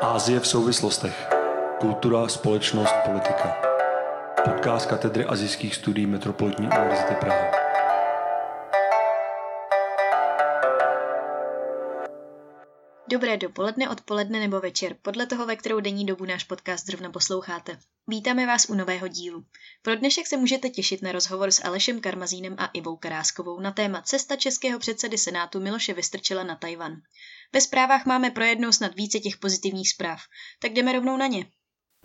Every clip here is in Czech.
Asie v souvislostech. Kultura, společnost, politika. Podcast katedry asijských studií Metropolitní univerzity Praha. Dobré dopoledne, odpoledne nebo večer, podle toho, ve kterou denní dobu náš podcast zrovna posloucháte. Vítáme vás u nového dílu. Pro dnešek se můžete těšit na rozhovor s Alešem Karmazínem a Ivou Karáskovou na téma cesta českého předsedy Senátu Miloše Vystrčila na Tchaj-wan. Ve zprávách máme pro jednou snad více těch pozitivních zpráv, tak jdeme rovnou na ně.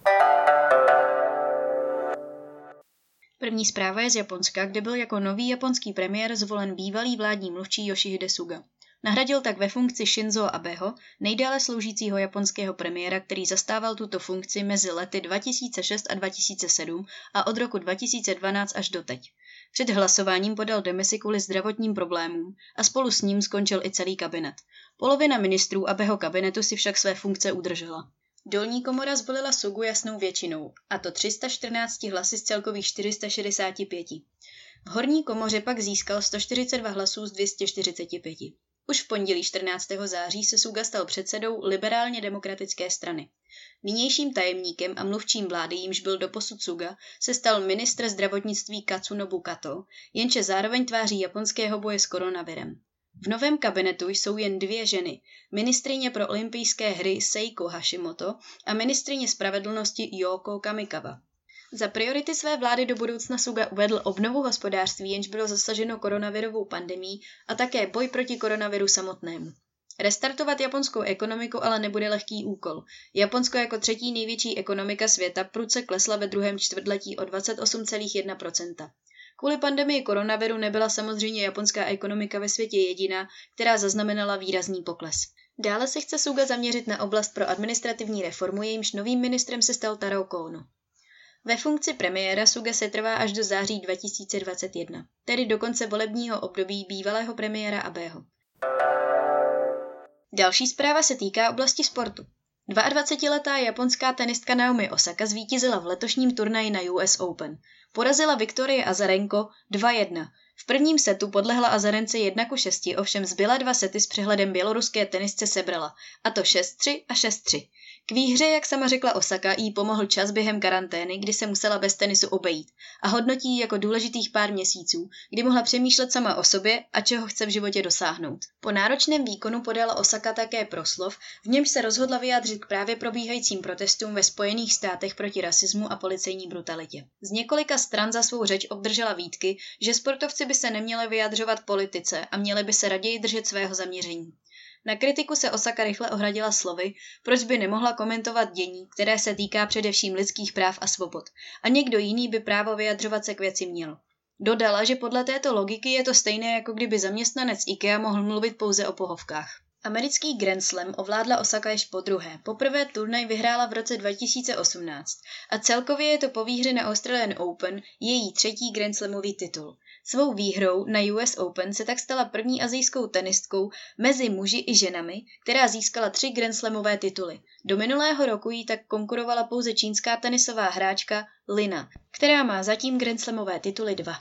První zpráva je z Japonska, kde byl jako nový japonský premiér zvolen bývalý vládní mluvčí Yoshihide Suga. Nahradil tak ve funkci Shinzo Abeho, nejdéle sloužícího japonského premiéra, který zastával tuto funkci mezi lety 2006 a 2007 a od roku 2012 až doteď. Před hlasováním podal demisi kvůli zdravotním problémům a spolu s ním skončil i celý kabinet. Polovina ministrů Abeho kabinetu si však své funkce udržela. Dolní komora zvolila Sugu jasnou většinou, a to 314 hlasy z celkových 465. V horní komoře pak získal 142 hlasů z 245. Už v pondělí 14. září se Suga stal předsedou liberálně demokratické strany. Nynějším tajemníkem a mluvčím vlády, jímž byl doposud Suga, se stal ministr zdravotnictví Katsunobu Kato, jenže zároveň tváří japonského boje s koronavirem. V novém kabinetu jsou jen dvě ženy, ministryně pro olympijské hry Seiko Hashimoto a ministryně spravedlnosti Yoko Kamikawa. Za priority své vlády do budoucna Suga uvedl obnovu hospodářství, jenž bylo zasaženo koronavirovou pandemií, a také boj proti koronaviru samotnému. Restartovat japonskou ekonomiku ale nebude lehký úkol. Japonsko jako třetí největší ekonomika světa prudce klesla ve druhém čtvrtletí o 28,1%. Kvůli pandemii koronaviru nebyla samozřejmě japonská ekonomika ve světě jediná, která zaznamenala výrazný pokles. Dále se chce Suga zaměřit na oblast pro administrativní reformu, jejímž novým ministrem se stal Taro Kono. Ve funkci premiéra Suga se trvá až do září 2021, tedy do konce volebního období bývalého premiéra Abeho. Další zpráva se týká oblasti sportu. 22letá japonská tenistka Naomi Osaka zvítězila v letošním turnaji na US Open. Porazila Viktorii Azarenko 2-1. V prvním setu podlehla Azarence 1-6, ovšem zbylé dva sety s přehledem běloruské tenisce sebrala, a to 6-3 a 6-3. K výhře, jak sama řekla Osaka, jí pomohl čas během karantény, kdy se musela bez tenisu obejít, a hodnotí ji jako důležitých pár měsíců, kdy mohla přemýšlet sama o sobě a čeho chce v životě dosáhnout. Po náročném výkonu podala Osaka také proslov, v němž se rozhodla vyjádřit k právě probíhajícím protestům ve Spojených státech proti rasismu a policejní brutalitě. Z několika stran za svou řeč obdržela výtky, že sportovci by se neměli vyjadřovat politice a měli by se raději držet svého zaměření. Na kritiku se Osaka rychle ohradila slovy, proč by nemohla komentovat dění, které se týká především lidských práv a svobod, a někdo jiný by právo vyjadřovat se k věci měl. Dodala, že podle této logiky je to stejné, jako kdyby zaměstnanec IKEA mohl mluvit pouze o pohovkách. Americký Grand Slam ovládla Osaka již podruhé, poprvé turnaj vyhrála v roce 2018 a celkově je to po výhře na Australian Open její třetí Grand Slamový titul. Svou výhrou na US Open se tak stala první asijskou tenistkou mezi muži i ženami, která získala 3 Grand Slamové tituly. Do minulého roku jí tak konkurovala pouze čínská tenisová hráčka Lina, která má zatím Grand Slamové tituly 2.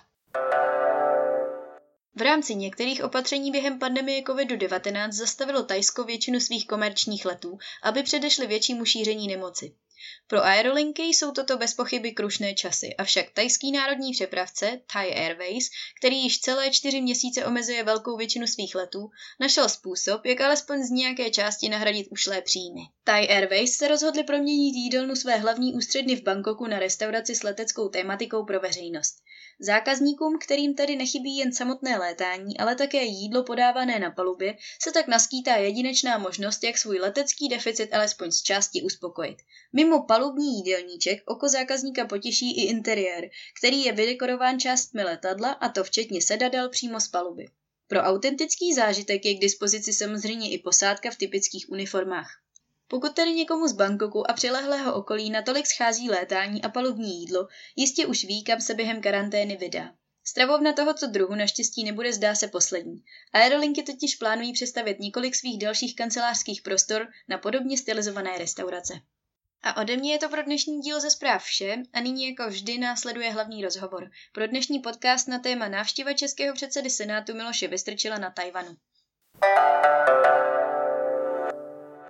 V rámci některých opatření během pandemie COVID-19 zastavilo Thajsko většinu svých komerčních letů, aby předešli většímu šíření nemoci. Pro aerolinky jsou toto bez pochyby krušné časy, avšak thajský národní přepravce Thai Airways, který již celé 4 měsíce omezuje velkou většinu svých letů, našel způsob, jak alespoň z nějaké části nahradit ušlé příjmy. Thai Airways se rozhodli proměnit jídelnu své hlavní ústředny v Bangkoku na restauraci s leteckou tematikou pro veřejnost. Zákazníkům, kterým tedy nechybí jen samotné létání, ale také jídlo podávané na palubě, se tak naskýtá jedinečná možnost, jak svůj letecký deficit alespoň z části uspokojit. Mimo palubní jídelníček oko zákazníka potěší i interiér, který je vydekorován částmi letadla, a to včetně sedadel přímo z paluby. Pro autentický zážitek je k dispozici samozřejmě i posádka v typických uniformách. Pokud tedy někomu z Bangkoku a přilehlého okolí natolik schází létání a palubní jídlo, jistě už ví, kam se během karantény vydá. Stravovna tohoto druhu naštěstí nebude, zdá se, poslední. Aerolinky totiž plánují přestavět několik svých dalších kancelářských prostor na podobně stylizované restaurace. A ode mě je to pro dnešní díl ze zpráv vše a nyní jako vždy následuje hlavní rozhovor. Pro dnešní podcast na téma návštěva českého předsedy Senátu Miloše Vystrčila na Tchaj-wanu.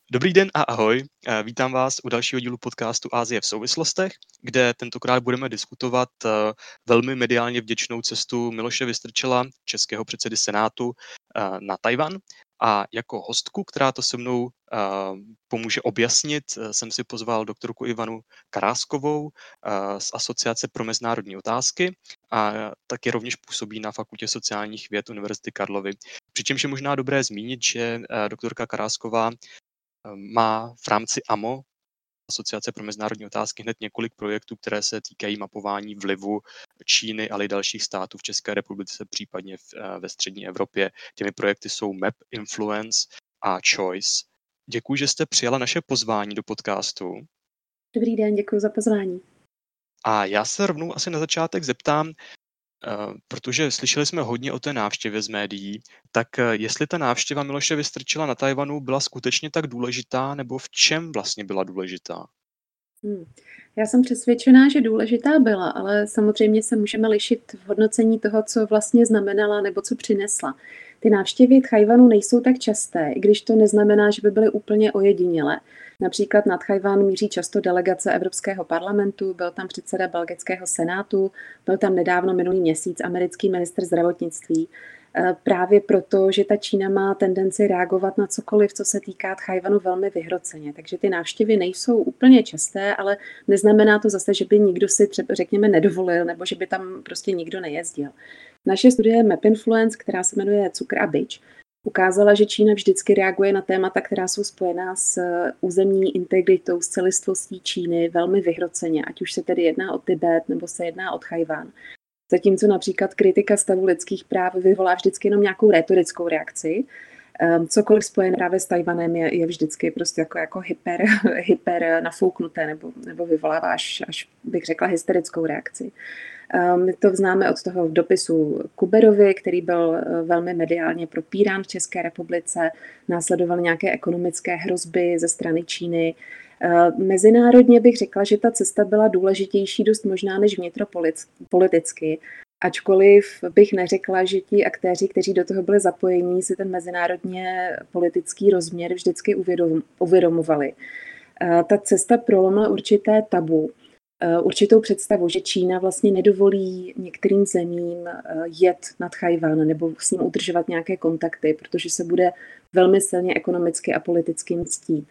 Dobrý den a ahoj. Vítám vás u dalšího dílu podcastu Asie v souvislostech, kde tentokrát budeme diskutovat velmi mediálně vděčnou cestu Miloše Vystrčila, českého předsedy Senátu, na Tajvan. A jako hostku, která to se mnou pomůže objasnit, jsem si pozval doktorku Ivanu Karáskovou z Asociace pro mezinárodní otázky a taky rovněž působí na Fakultě sociálních věd Univerzity Karlovy. Přičemž je možná dobré zmínit, že doktorka Karásková má v rámci AMO, Asociace pro mezinárodní otázky, hned několik projektů, které se týkají mapování vlivu Číny, ale i dalších států v České republice, případně ve střední Evropě. Těmi projekty jsou MAP, Influence a Choice. Děkuji, že jste přijala naše pozvání do podcastu. Dobrý den, děkuji za pozvání. A já se rovnou asi na začátek zeptám, protože slyšeli jsme hodně o té návštěvě z médií, tak jestli ta návštěva Miloše Vystrčila na Tajvanu byla skutečně tak důležitá, nebo v čem vlastně byla důležitá? Já jsem přesvědčená, že důležitá byla, ale samozřejmě se můžeme lišit v hodnocení toho, co vlastně znamenala nebo co přinesla. Ty návštěvy Tchaj-wanu nejsou tak časté, i když to neznamená, že by byly úplně ojedinělé. Například na Tchaj-wan míří často delegace Evropského parlamentu, byl tam předseda belgického senátu, byl tam nedávno minulý měsíc americký ministr zdravotnictví. Právě proto, že ta Čína má tendenci reagovat na cokoliv, co se týká Tchaj-wanu velmi vyhroceně. Takže ty návštěvy nejsou úplně časté, ale neznamená to zase, že by nikdo si třeba, řekněme, nedovolil nebo že by tam prostě nikdo nejezdil. Naše studie Map Influence, která se jmenuje Cukr a bič, ukázala, že Čína vždycky reaguje na témata, která jsou spojená s územní integritou, s celistvostí Číny velmi vyhroceně, ať už se tedy jedná o Tibet nebo se jedná o Tchaj-wan. Zatímco například kritika stavu lidských práv vyvolá vždycky jenom nějakou rétorickou reakci. Cokoliv spojené právě s Tajvanem je vždycky prostě jako hyper nafouknuté nebo vyvolává až bych řekla hysterickou reakci. My to známe od toho dopisu Kuberovi, který byl velmi mediálně propírán v České republice. Následovaly nějaké ekonomické hrozby ze strany Číny. Mezinárodně bych řekla, že ta cesta byla důležitější dost možná než vnitropoliticky, ačkoliv bych neřekla, že ti aktéři, kteří do toho byli zapojení, si ten mezinárodně politický rozměr vždycky uvědomovali. Ta cesta prolomila určité tabu, určitou představu, že Čína vlastně nedovolí některým zemím jet na Tchaj-wan nebo s ním udržovat nějaké kontakty, protože se bude velmi silně ekonomicky a politicky mstít.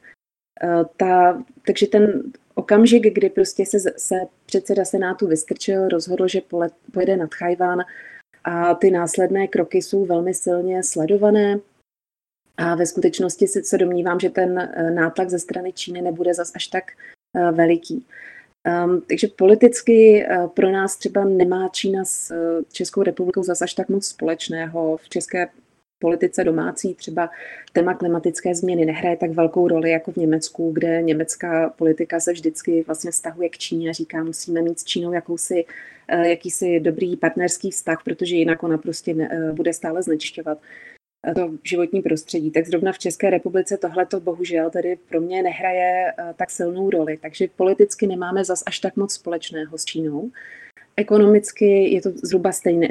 Takže ten okamžik, kdy prostě se předseda Senátu Vystrčil, rozhodl, že pojede na Tchaj-wan a ty následné kroky jsou velmi silně sledované a ve skutečnosti se domnívám, že ten nátlak ze strany Číny nebude zas až tak veliký. Takže politicky pro nás třeba nemá Čína s Českou republikou zas až tak moc společného. V české politice domácí třeba téma klimatické změny nehraje tak velkou roli jako v Německu, kde německá politika se vždycky vlastně vztahuje k Číně a říká, musíme mít s Čínou jakýsi dobrý partnerský vztah, protože jinak ona prostě bude stále znečišťovat to životní prostředí. Tak zrovna v České republice tohleto bohužel tedy pro mě nehraje tak silnou roli. Takže politicky nemáme zas až tak moc společného s Čínou. Ekonomicky je to zhruba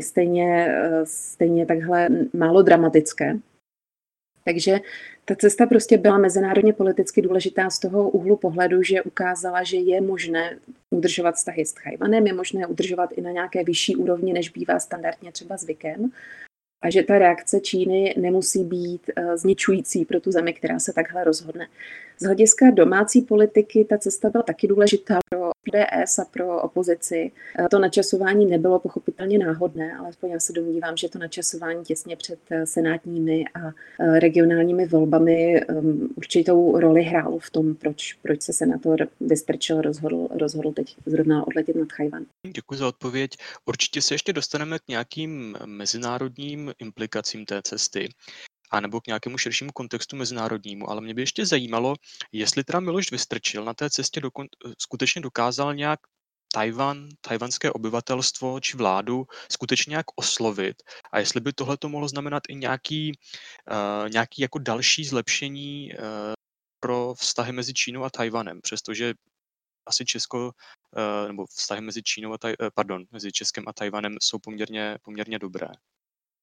stejně takhle málo dramatické. Takže ta cesta prostě byla mezinárodně politicky důležitá z toho úhlu pohledu, že ukázala, že je možné udržovat vztahy s Tchaj-wanem, je možné udržovat i na nějaké vyšší úrovni, než bývá standardně třeba zvykem. A že ta reakce Číny nemusí být zničující pro tu zemi, která se takhle rozhodne. Z hlediska domácí politiky ta cesta byla taky důležitá pro ODS a pro opozici. To načasování nebylo pochopitelně náhodné, ale aspoň já se domnívám, že to načasování těsně před senátními a regionálními volbami určitou roli hrálo v tom, proč se senátor Vystrčil rozhodl teď zrovna odletět na Tchaj-wan. Děkuji za odpověď. Určitě se ještě dostaneme k nějakým mezinárodním implikacím té cesty a nebo k nějakému širšímu kontextu mezinárodnímu, ale mě by ještě zajímalo, jestli teda Miloš Vystrčil na té cestě skutečně dokázal nějak tajvanské obyvatelstvo či vládu skutečně nějak oslovit a jestli by tohle to mohlo znamenat i nějaký jako další zlepšení pro vztahy mezi Čínou a Tajvanem, přestože asi nebo vztahy mezi mezi Českem a Tajvanem jsou poměrně dobré.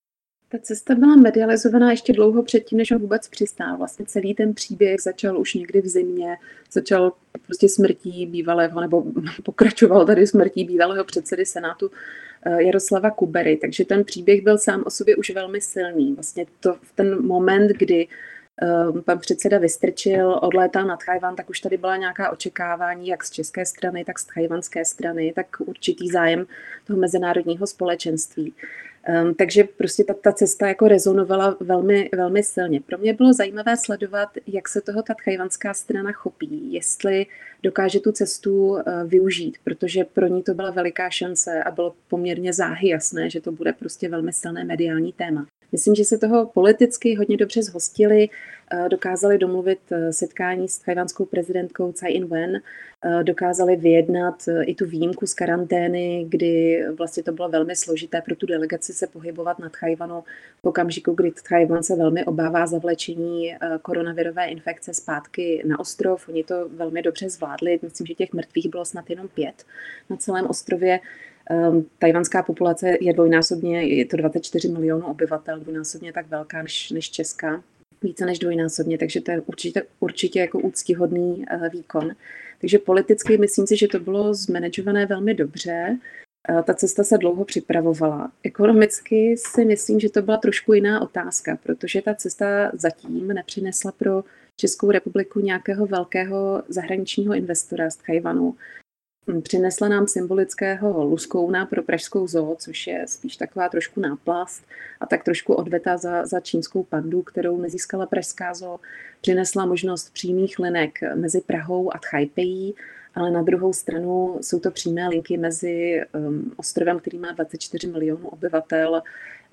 Ta cesta byla medializovaná ještě dlouho předtím, než on vůbec přistál. Vlastně celý ten příběh začal už někdy v zimě, začal prostě smrtí bývalého, nebo pokračoval tady smrtí bývalého předsedy Senátu Jaroslava Kubery. Takže ten příběh byl sám o sobě už velmi silný. Vlastně to v ten moment, kdy pan předseda Vystrčil odlétal na Tchaj-wan, tak už tady byla nějaká očekávání, jak z české strany, tak z tchajwanské strany, tak určitý zájem toho mezinárodního společenství. Takže prostě ta cesta jako rezonovala velmi, velmi silně. Pro mě bylo zajímavé sledovat, jak se toho ta tchajwanská strana chopí, jestli dokáže tu cestu využít, protože pro ní to byla veliká šance a bylo poměrně záhy jasné, že to bude prostě velmi silné mediální téma. Myslím, že se toho politicky hodně dobře zhostili, dokázali domluvit setkání s tchajwanskou prezidentkou Tsai Ing-wen, dokázali vyjednat i tu výjimku z karantény, kdy vlastně to bylo velmi složité pro tu delegaci se pohybovat na Tchaj-wanu v okamžiku, kdy Tchaj-wan se velmi obává zavlečení koronavirové infekce zpátky na ostrov. Oni to velmi dobře zvládli. Myslím, že těch mrtvých bylo snad jenom 5 na celém ostrově. Tajvanská populace je dvojnásobně, je to 24 milionů obyvatel, dvojnásobně tak velká než česká, více než dvojnásobně, takže to je určitě jako úctyhodný výkon. Takže politicky myslím si, že to bylo zmanagované velmi dobře. Ta cesta se dlouho připravovala. Ekonomicky si myslím, že to byla trošku jiná otázka, protože ta cesta zatím nepřinesla pro Českou republiku nějakého velkého zahraničního investora z Tchaj-wanu. Přinesla nám symbolického luskouna pro pražskou zoo, což je spíš taková trošku náplast a tak trošku odveta za čínskou pandu, kterou nezískala pražská zoo. Přinesla možnost přímých linek mezi Prahou a Tchaj-pejí, ale na druhou stranu jsou to přímé linky mezi ostrovem, který má 24 milionů obyvatel.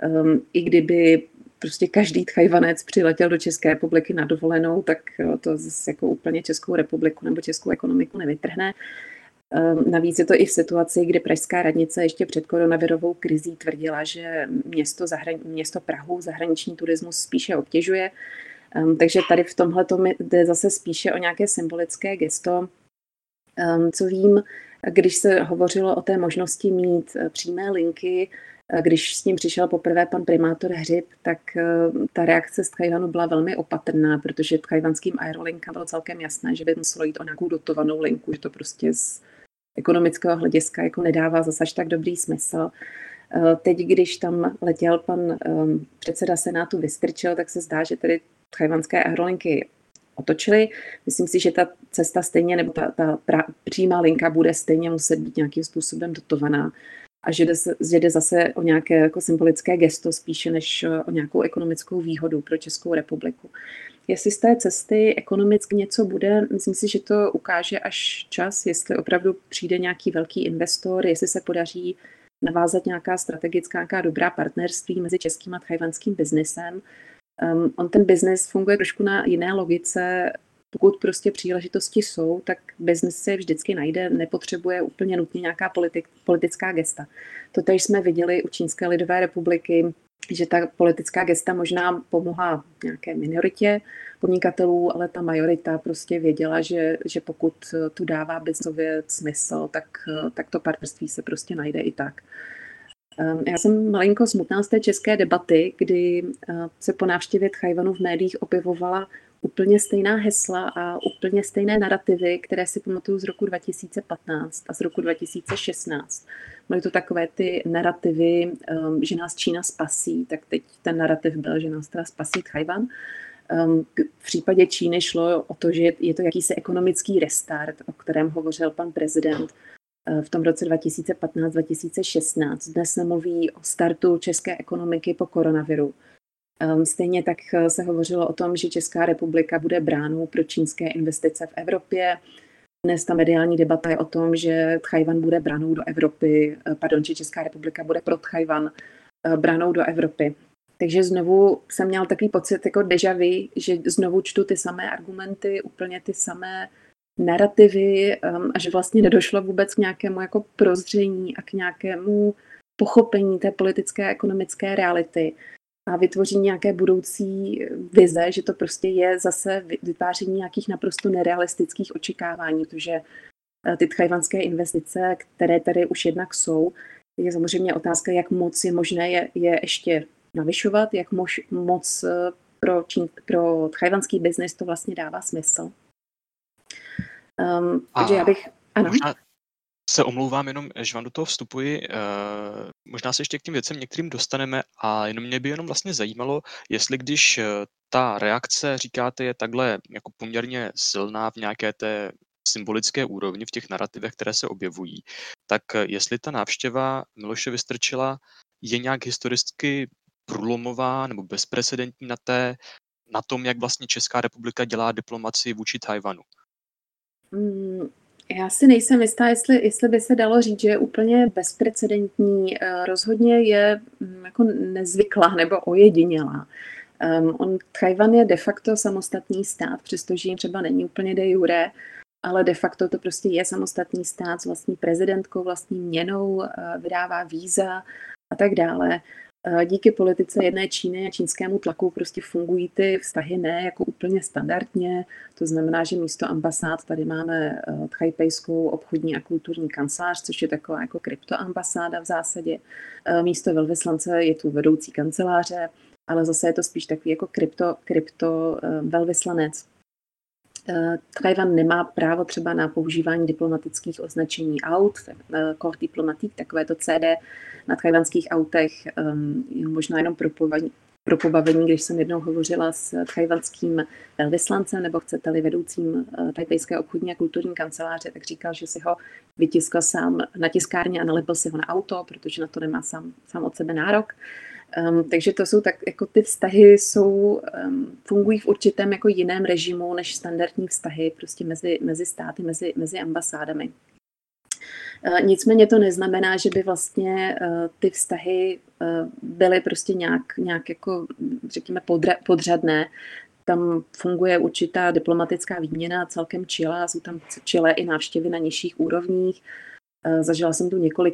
I kdyby prostě každý Tchajvanec přiletěl do České republiky na dovolenou, tak to zase jako úplně Českou republiku nebo českou ekonomiku nevytrhne. Navíc je to i v situaci, kdy pražská radnice ještě před koronavirovou krizí tvrdila, že město Prahu zahraniční turismus spíše obtěžuje. Takže tady v tomhle jde zase spíše o nějaké symbolické gesto. Co vím, když se hovořilo o té možnosti mít přímé linky, když s tím přišel poprvé pan primátor Hřib, tak ta reakce z Tchaj-wanu byla velmi opatrná, protože tchajwanským aerolinkám bylo celkem jasné, že by muselo jít o nějakou dotovanou linku, že to prostě z ekonomického hlediska jako nedává zase až tak dobrý smysl. Teď, když tam letěl pan předseda Senátu Vystrčil, tak se zdá, že tedy tchajwanské aerolinky otočily. Myslím si, že ta cesta stejně, nebo ta přímá linka bude stejně muset být nějakým způsobem dotovaná a že jde zase o nějaké jako symbolické gesto spíše než o nějakou ekonomickou výhodu pro Českou republiku. Jestli z té cesty ekonomicky něco bude, myslím si, že to ukáže až čas, jestli opravdu přijde nějaký velký investor, jestli se podaří navázat nějaká strategická, nějaká dobrá partnerství mezi českým a tchajwanským biznesem. On ten biznes funguje trošku na jiné logice. Pokud prostě příležitosti jsou, tak biznes se vždycky najde, nepotřebuje úplně nutně nějaká politická gesta. Totéž jsme viděli u Čínské lidové republiky, že ta politická gesta možná pomohla nějaké minoritě podnikatelů, ale ta majorita prostě věděla, že pokud tu dává biznesově smysl, tak to partnerství se prostě najde i tak. Já jsem malinko smutná z té české debaty, kdy se po návštěvě Tchaj-wanu v médiích objevovala úplně stejná hesla a úplně stejné narrativy, které si pamatuju z roku 2015 a z roku 2016. Byly to takové ty narrativy, že nás Čína spasí, tak teď ten narrativ byl, že nás teda spasí Tchaj-wan. V případě Číny šlo o to, že je to jakýsi ekonomický restart, o kterém hovořil pan prezident v tom roce 2015-2016. Dnes se mluví o startu české ekonomiky po koronaviru. Stejně tak se hovořilo o tom, že Česká republika bude bránou pro čínské investice v Evropě. Dnes ta mediální debata je o tom, že Tchaj-wan bude bránou do Evropy, že Česká republika bude pro Tchaj-wan bránou do Evropy. Takže znovu jsem měl takový pocit jako déjà vu, že znovu čtu ty samé argumenty, úplně ty samé narrativy a že vlastně nedošlo vůbec k nějakému jako prozření a k nějakému pochopení té politické a ekonomické reality a vytvoří nějaké budoucí vize, že to prostě je zase vytváření nějakých naprosto nerealistických očekávání, protože ty tchajwanské investice, které tady už jednak jsou, je samozřejmě otázka, jak moc je možné je ještě navyšovat, jak moc pro tchajwanský biznis to vlastně dává smysl. Takže já bych... Ano. Možná se omlouvám, jenom že vám do toho vstupuji. Možná se ještě k těm věcem některým dostaneme a jenom mě by jenom vlastně zajímalo, jestli když ta reakce, říkáte, je takhle jako poměrně silná v nějaké té symbolické úrovni, v těch narrativech, které se objevují, tak jestli ta návštěva Miloše Vystrčila je nějak historicky průlomová nebo bezprecedentní na tom, jak vlastně Česká republika dělá diplomacii vůči Tchaj-wanu. Já si nejsem jistá, jestli by se dalo říct, že je úplně bezprecedentní. Rozhodně je jako nezvyklá nebo ojedinělá. Tchaj-wan je de facto samostatný stát, přestože jim třeba není úplně de jure, ale de facto to prostě je samostatný stát s vlastní prezidentkou, vlastní měnou, vydává víza a tak dále. Díky politice jedné Číny a čínskému tlaku prostě fungují ty vztahy ne jako úplně standardně. To znamená, že místo ambasád tady máme Tchajpejskou obchodní a kulturní kancelář, což je taková jako kryptoambasáda v zásadě. Místo velvyslance je tu vedoucí kanceláře, ale zase je to spíš takový jako krypto velvyslanec. Tchaj-wan nemá právo třeba na používání diplomatických označení aut, Corps diplomatique, takové to CD na tchajwanských autech, možná jenom pro pobavení, když jsem jednou hovořila s tchajwanským velvyslancem, nebo chcete-li vedoucím Tajpejské obchodní a kulturní kanceláře, tak říkal, že si ho vytiskl sám na tiskárně a nalepil si ho na auto, protože na to nemá sám od sebe nárok. Takže to jsou tak, jako ty vztahy fungují v určitém jako jiném režimu než standardní vztahy prostě mezi státy, mezi ambasádami. Nicméně to neznamená, že by vlastně ty vztahy byly prostě nějak jako, řekněme, podřadné. Tam funguje určitá diplomatická výměna celkem čilá, jsou tam čilé i návštěvy na nižších úrovních. Zažila jsem tu několik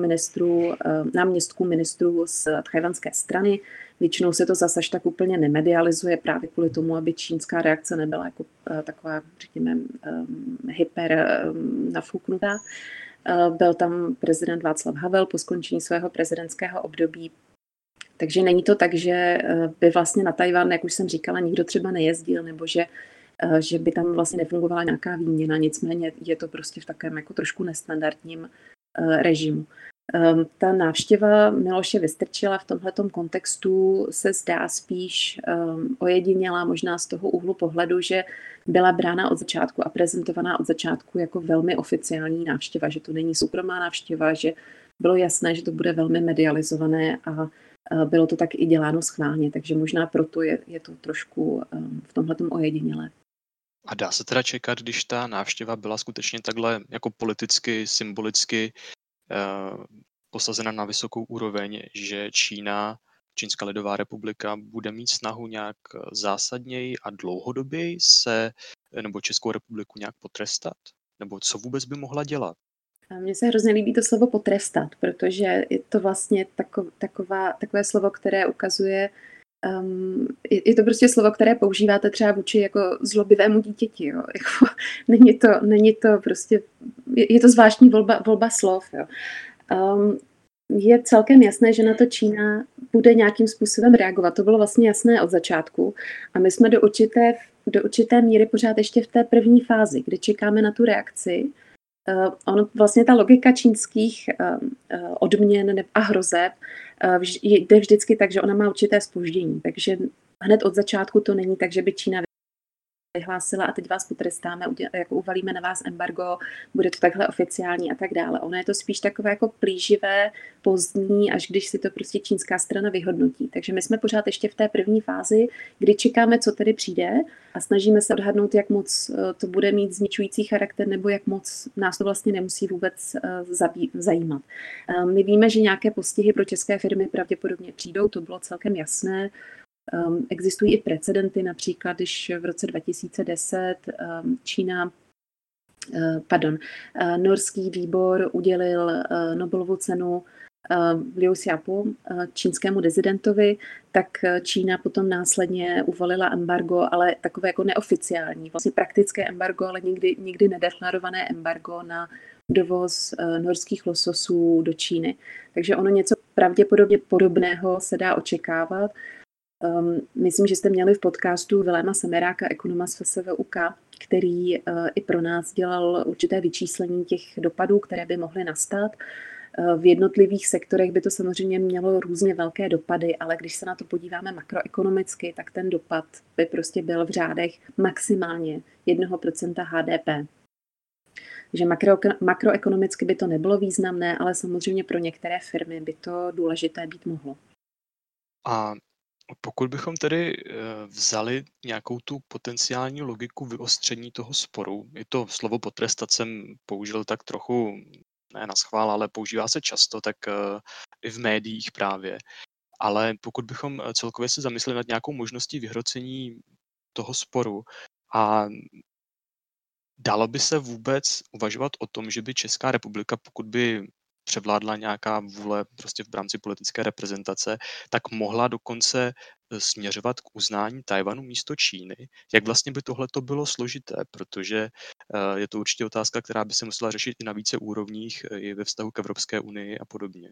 náměstků ministrů z tchajwanské strany. Většinou se to zase až tak úplně nemedializuje právě kvůli tomu, aby čínská reakce nebyla jako taková, řekněme, hyper nafuknutá. Byl tam prezident Václav Havel po skončení svého prezidentského období. Takže není to tak, že by vlastně na Tchaj-wan, jak už jsem říkala, nikdo třeba nejezdil, nebo že by tam vlastně nefungovala nějaká výměna, nicméně je to prostě v takovém jako trošku nestandardním režimu. Ta návštěva Miloše Vystrčila v tomhletom kontextu se zdá spíš ojedinělá možná z toho úhlu pohledu, že byla brána od začátku a prezentovaná od začátku jako velmi oficiální návštěva, že to není soukromá návštěva, že bylo jasné, že to bude velmi medializované a bylo to tak i děláno schválně, takže možná proto je to trošku v tomhletom ojedinělé. A dá se teda čekat, když ta návštěva byla skutečně takhle jako politicky, symbolicky posazena na vysokou úroveň, že Čínská lidová republika bude mít snahu nějak zásadněji a dlouhodoběji nebo Českou republiku nějak potrestat? Nebo co vůbec by mohla dělat? Mně se hrozně líbí to slovo potrestat, protože je to vlastně takové slovo, které ukazuje, je to prostě slovo, které používáte třeba vůči jako zlobivému dítěti. Jo. Jako, není to prostě, je to zvláštní volba slov. Jo. Je celkem jasné, že na to Čína bude nějakým způsobem reagovat. To bylo vlastně jasné od začátku a my jsme do určité míry pořád ještě v té první fázi, kdy čekáme na tu reakci. Vlastně ta logika čínských odměn a hrozeb jde vždycky tak, že ona má určité zpoždění. Takže hned od začátku to není tak, že by Čína vyhlásila a teď vás potrestáme, jako uvalíme na vás embargo, bude to takhle oficiální a tak dále. Ono je to spíš takové jako plíživé, pozdní, až když si to prostě čínská strana vyhodnotí. Takže my jsme pořád ještě v té první fázi, kdy čekáme, co tedy přijde a snažíme se odhadnout, jak moc to bude mít zničující charakter nebo jak moc nás to vlastně nemusí vůbec zajímat. My víme, že nějaké postihy pro české firmy pravděpodobně přijdou, to bylo celkem jasné. Existují i precedenty, například když v roce 2010 norský výbor udělil Nobelovu cenu Liu Xiaobo, čínskému dizidentovi, tak Čína potom následně uvalila embargo, ale takové jako neoficiální, vlastně praktické embargo, ale nikdy nedeklarované embargo na dovoz norských lososů do Číny. Takže ono něco pravděpodobně podobného se dá očekávat. Myslím, že jste měli v podcastu Viléma Semeráka, ekonoma z FSVUK, který i pro nás dělal určité vyčíslení těch dopadů, které by mohly nastat. V jednotlivých sektorech by to samozřejmě mělo různě velké dopady, ale když se na to podíváme makroekonomicky, tak ten dopad by prostě byl v řádech maximálně 1% HDP. Takže makroekonomicky by to nebylo významné, ale samozřejmě pro některé firmy by to důležité být mohlo. A pokud bychom tedy vzali nějakou tu potenciální logiku vyostření toho sporu, je to slovo potrestat jsem použil tak trochu, ne naschvál, ale používá se často, tak i v médiích právě. Ale pokud bychom celkově se zamysleli nad nějakou možností vyhrocení toho sporu a dalo by se vůbec uvažovat o tom, že by Česká republika, pokud by převládla nějaká vůle prostě v rámci politické reprezentace, tak mohla dokonce směřovat k uznání Tchaj-wanu místo Číny. Jak vlastně by tohleto bylo složité, protože je to určitě otázka, která by se musela řešit i na více úrovních, i ve vztahu k Evropské unii a podobně.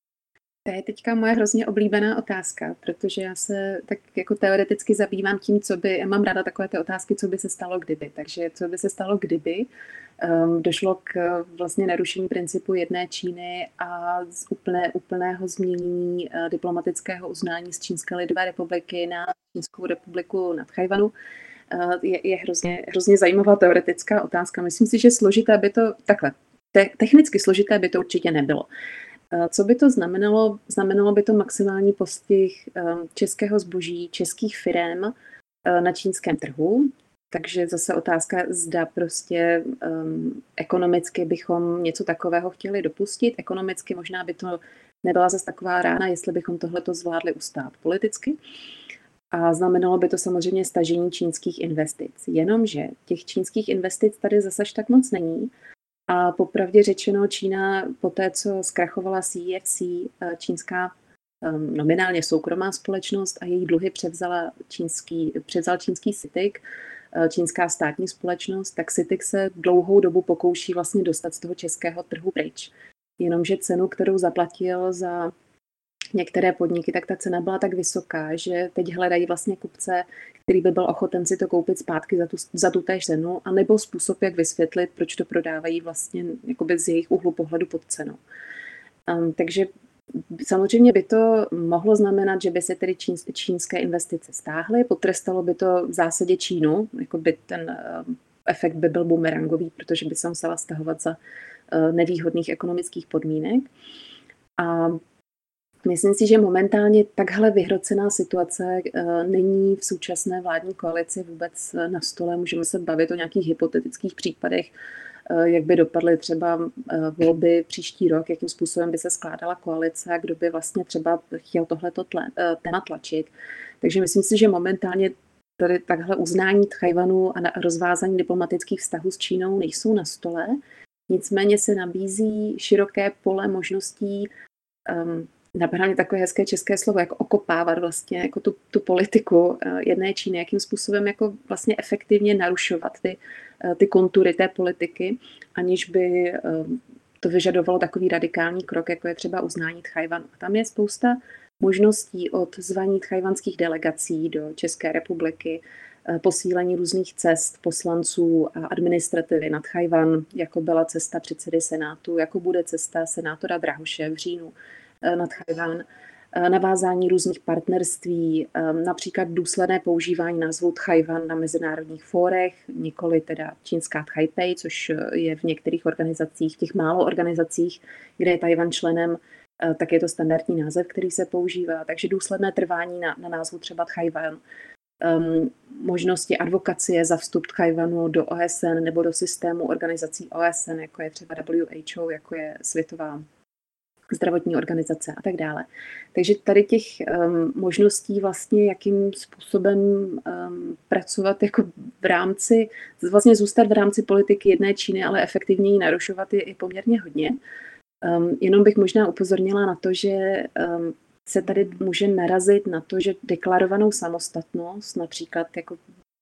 To je teďka moje hrozně oblíbená otázka, protože já se tak jako teoreticky zabývám tím, já mám ráda takové ty otázky, co by se stalo kdyby. Takže co by se stalo kdyby došlo k vlastně narušení principu jedné Číny a z úplného změnění diplomatického uznání z Čínské lidové republiky na Čínskou republiku na Tchaj-wanu. Je hrozně zajímavá teoretická otázka. Myslím si, že složité by to takhle. Technicky složité by to určitě nebylo. Co by to znamenalo? Znamenalo by to maximální postih českého zboží, českých firem na čínském trhu. Takže zase otázka, zda prostě ekonomicky bychom něco takového chtěli dopustit. Ekonomicky možná by to nebyla zase taková rána, jestli bychom tohleto zvládli ustát politicky. A znamenalo by to samozřejmě stažení čínských investic. Jenomže těch čínských investic tady zase tak moc není. A popravdě řečeno, Čína po té, co zkrachovala CEFC, čínská nominálně soukromá společnost a její dluhy převzal čínský CITIC, čínská státní společnost, tak CITIC se dlouhou dobu pokouší vlastně dostat z toho českého trhu pryč. Jenomže cenu, kterou zaplatil za některé podniky, tak ta cena byla tak vysoká, že teď hledají vlastně kupce, který by byl ochoten si to koupit zpátky za tu též cenu, anebo způsob, jak vysvětlit, proč to prodávají vlastně jakoby z jejich úhlu pohledu pod cenou. Takže samozřejmě by to mohlo znamenat, že by se tedy čínské investice stáhly, potrestalo by to v zásadě Čínu, jakoby ten efekt by byl bumerangový, protože by se musela stahovat za nevýhodných ekonomických podmínek. A myslím si, že momentálně takhle vyhrocená situace není v současné vládní koalici vůbec na stole. Můžeme se bavit o nějakých hypotetických případech, jak by dopadly třeba volby příští rok, jakým způsobem by se skládala koalice a kdo by vlastně třeba chtěl tohleto téma tlačit. Takže myslím si, že momentálně tady takhle uznání Tchaj-wanu a rozvázání diplomatických vztahů s Čínou nejsou na stole. Nicméně se nabízí široké pole možností, napadá mě takové hezké české slovo, jako okopávat vlastně jako tu politiku jedné Číny, jakým způsobem jako vlastně efektivně narušovat ty kontury té politiky, aniž by to vyžadovalo takový radikální krok, jako je třeba uznání Tchaj-wanu. A tam je spousta možností od zvaní tchajwanských delegací do České republiky, posílení různých cest poslanců a administrativy na Tchaj-wan, jako byla cesta předsedy Senátu, jako bude cesta senátora Drahoše v říjnu na Tchaj-wan, navázání různých partnerství, například důsledné používání názvu Tchaj-wan na mezinárodních fórech, nikoli teda čínská Taipei, což je v některých organizacích, v těch málo organizacích, kde je Tchaj-wan členem, tak je to standardní název, který se používá. Takže důsledné trvání na názvu třeba Tchaj-wan, možnosti advokacie za vstup Tchaj-wanu do OSN nebo do systému organizací OSN, jako je třeba WHO, jako je Světová zdravotní organizace a tak dále. Takže tady těch možností vlastně, jakým způsobem pracovat jako v rámci, vlastně zůstat v rámci politiky jedné Číny, ale efektivně ji narušovat je poměrně hodně. Jenom bych možná upozornila na to, že se tady může narazit na to, že deklarovanou samostatnost, například jako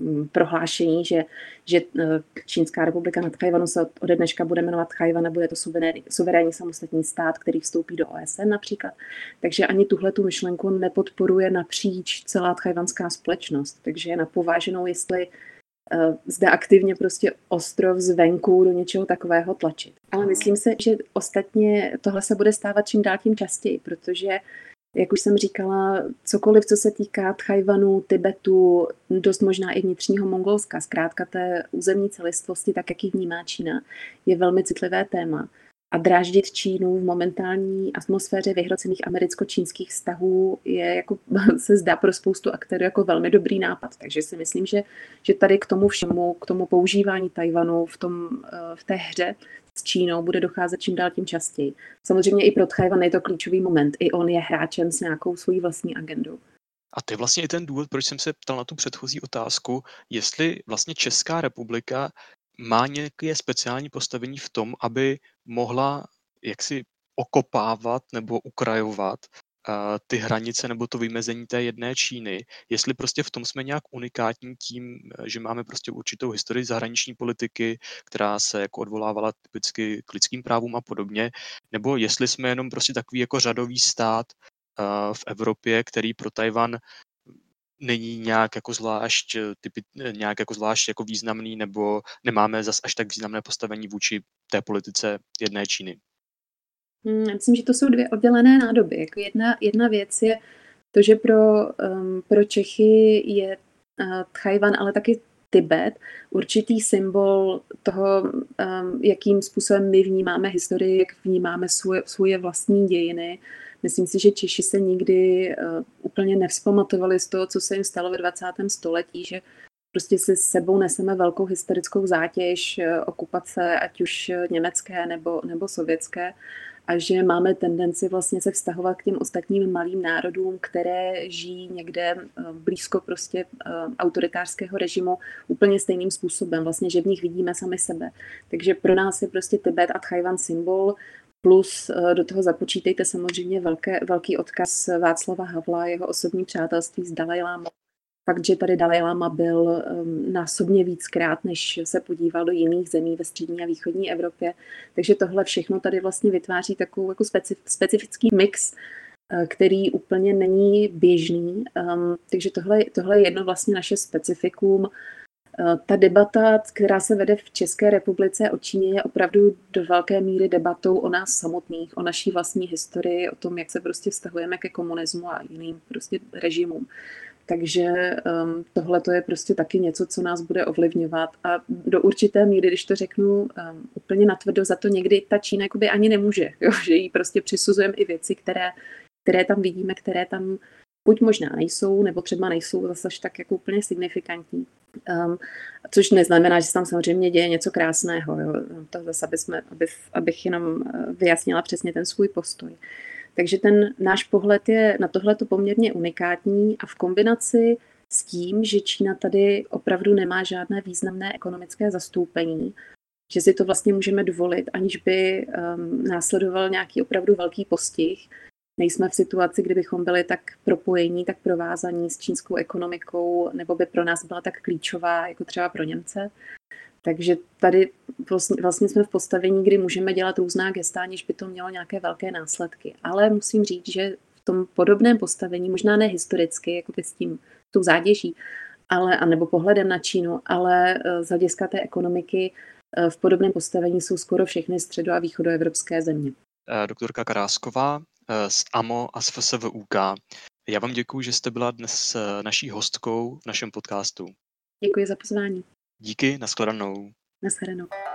prohlášení, že Čínská republika nad Tchaj-wanu se ode dneška bude jmenovat Tchaj-wan a bude to suverénní samostatný stát, který vstoupí do OSN například. Takže ani tuhletu myšlenku nepodporuje napříč celá tchajwanská společnost. Takže je na pováženou, jestli zde aktivně prostě ostrov zvenku do něčeho takového tlačit. Ale myslím se, že ostatně tohle se bude stávat čím dál tím častěji, protože, jak už jsem říkala, cokoliv, co se týká Tchaj-wanu, Tibetu, dost možná i vnitřního Mongolska, zkrátka té územní celistvosti, tak jak ji vnímá Čína, je velmi citlivé téma. A dráždit Čínu v momentální atmosféře vyhrocených americko-čínských vztahů je, jako se zdá pro spoustu aktérů, jako velmi dobrý nápad. Takže si myslím, že tady k tomu všemu, k tomu používání Tchaj-wanu v té hře s Čínou bude docházet čím dál tím častěji. Samozřejmě i pro Tchaj-wan je to klíčový moment. I on je hráčem s nějakou svojí vlastní agendou. A to je vlastně i ten důvod, proč jsem se ptal na tu předchozí otázku, jestli vlastně Česká republika má nějaké speciální postavení v tom, aby mohla jaksi okopávat nebo ukrajovat ty hranice nebo to vymezení té jedné Číny, jestli prostě v tom jsme nějak unikátní tím, že máme prostě určitou historii zahraniční politiky, která se jako odvolávala typicky k lidským právům a podobně, nebo jestli jsme jenom prostě takový jako řadový stát v Evropě, který pro Tchaj-wan není nějak jako zvlášť jako významný, nebo nemáme zas až tak významné postavení vůči té politice jedné Číny. Myslím, že to jsou dvě oddělené nádoby. Jako jedna věc je to, že pro Čechy je Tchaj-wan, ale taky Tibet určitý symbol toho, jakým způsobem my vnímáme historii, jak vnímáme svoje vlastní dějiny. Myslím si, že Češi se nikdy úplně nevzpamatovali z toho, co se jim stalo ve 20. století, že prostě si s sebou neseme velkou historickou zátěž okupace, ať už německé nebo sovětské, a že máme tendenci vlastně se vztahovat k těm ostatním malým národům, které žijí někde blízko prostě autoritářského režimu úplně stejným způsobem, vlastně, že v nich vidíme sami sebe. Takže pro nás je prostě Tibet a Tchaj-wan symbol, plus do toho započítejte samozřejmě velký odkaz Václava Havla, jeho osobní přátelství s Dalajlámou. Fakt, že tady Dalajláma byl násobně víckrát, než se podíval do jiných zemí ve střední a východní Evropě. Takže tohle všechno tady vlastně vytváří takovou jako specifický mix, který úplně není běžný. Takže tohle je jedno vlastně naše specifikum. Ta debata, která se vede v České republice o Číně, je opravdu do velké míry debatou o nás samotných, o naší vlastní historii, o tom, jak se prostě vztahujeme ke komunismu a jiným prostě režimům. Takže tohle to je prostě taky něco, co nás bude ovlivňovat. A do určité míry, když to řeknu úplně natvrdo, za to někdy ta Čína jakoby ani nemůže, jo? Že jí prostě přisuzujeme i věci, které tam vidíme, které tam buď možná nejsou, nebo třeba nejsou zase tak jako úplně signifikantní. Což neznamená, že se tam samozřejmě děje něco krásného. Jo? To zase, abych jenom vyjasnila přesně ten svůj postoj. Takže ten náš pohled je na tohleto poměrně unikátní a v kombinaci s tím, že Čína tady opravdu nemá žádné významné ekonomické zastoupení, že si to vlastně můžeme dovolit, aniž by následoval nějaký opravdu velký postih. Nejsme v situaci, kdybychom byli tak propojení, tak provázaní s čínskou ekonomikou, nebo by pro nás byla tak klíčová, jako třeba pro Němce. Takže tady vlastně jsme v postavení, kdy můžeme dělat různá gesta, aniž by to mělo nějaké velké následky. Ale musím říct, že v tom podobném postavení, možná ne historicky, jako s tou záděží, anebo pohledem na Čínu, ale z hlediska té ekonomiky v podobném postavení jsou skoro všechny středo- a východoevropské země. Doktorka Karásková z AMO a z FSVUK. Já vám děkuji, že jste byla dnes naší hostkou v našem podcastu. Děkuji za pozvání. Díky, nashledanou. Nashledanou.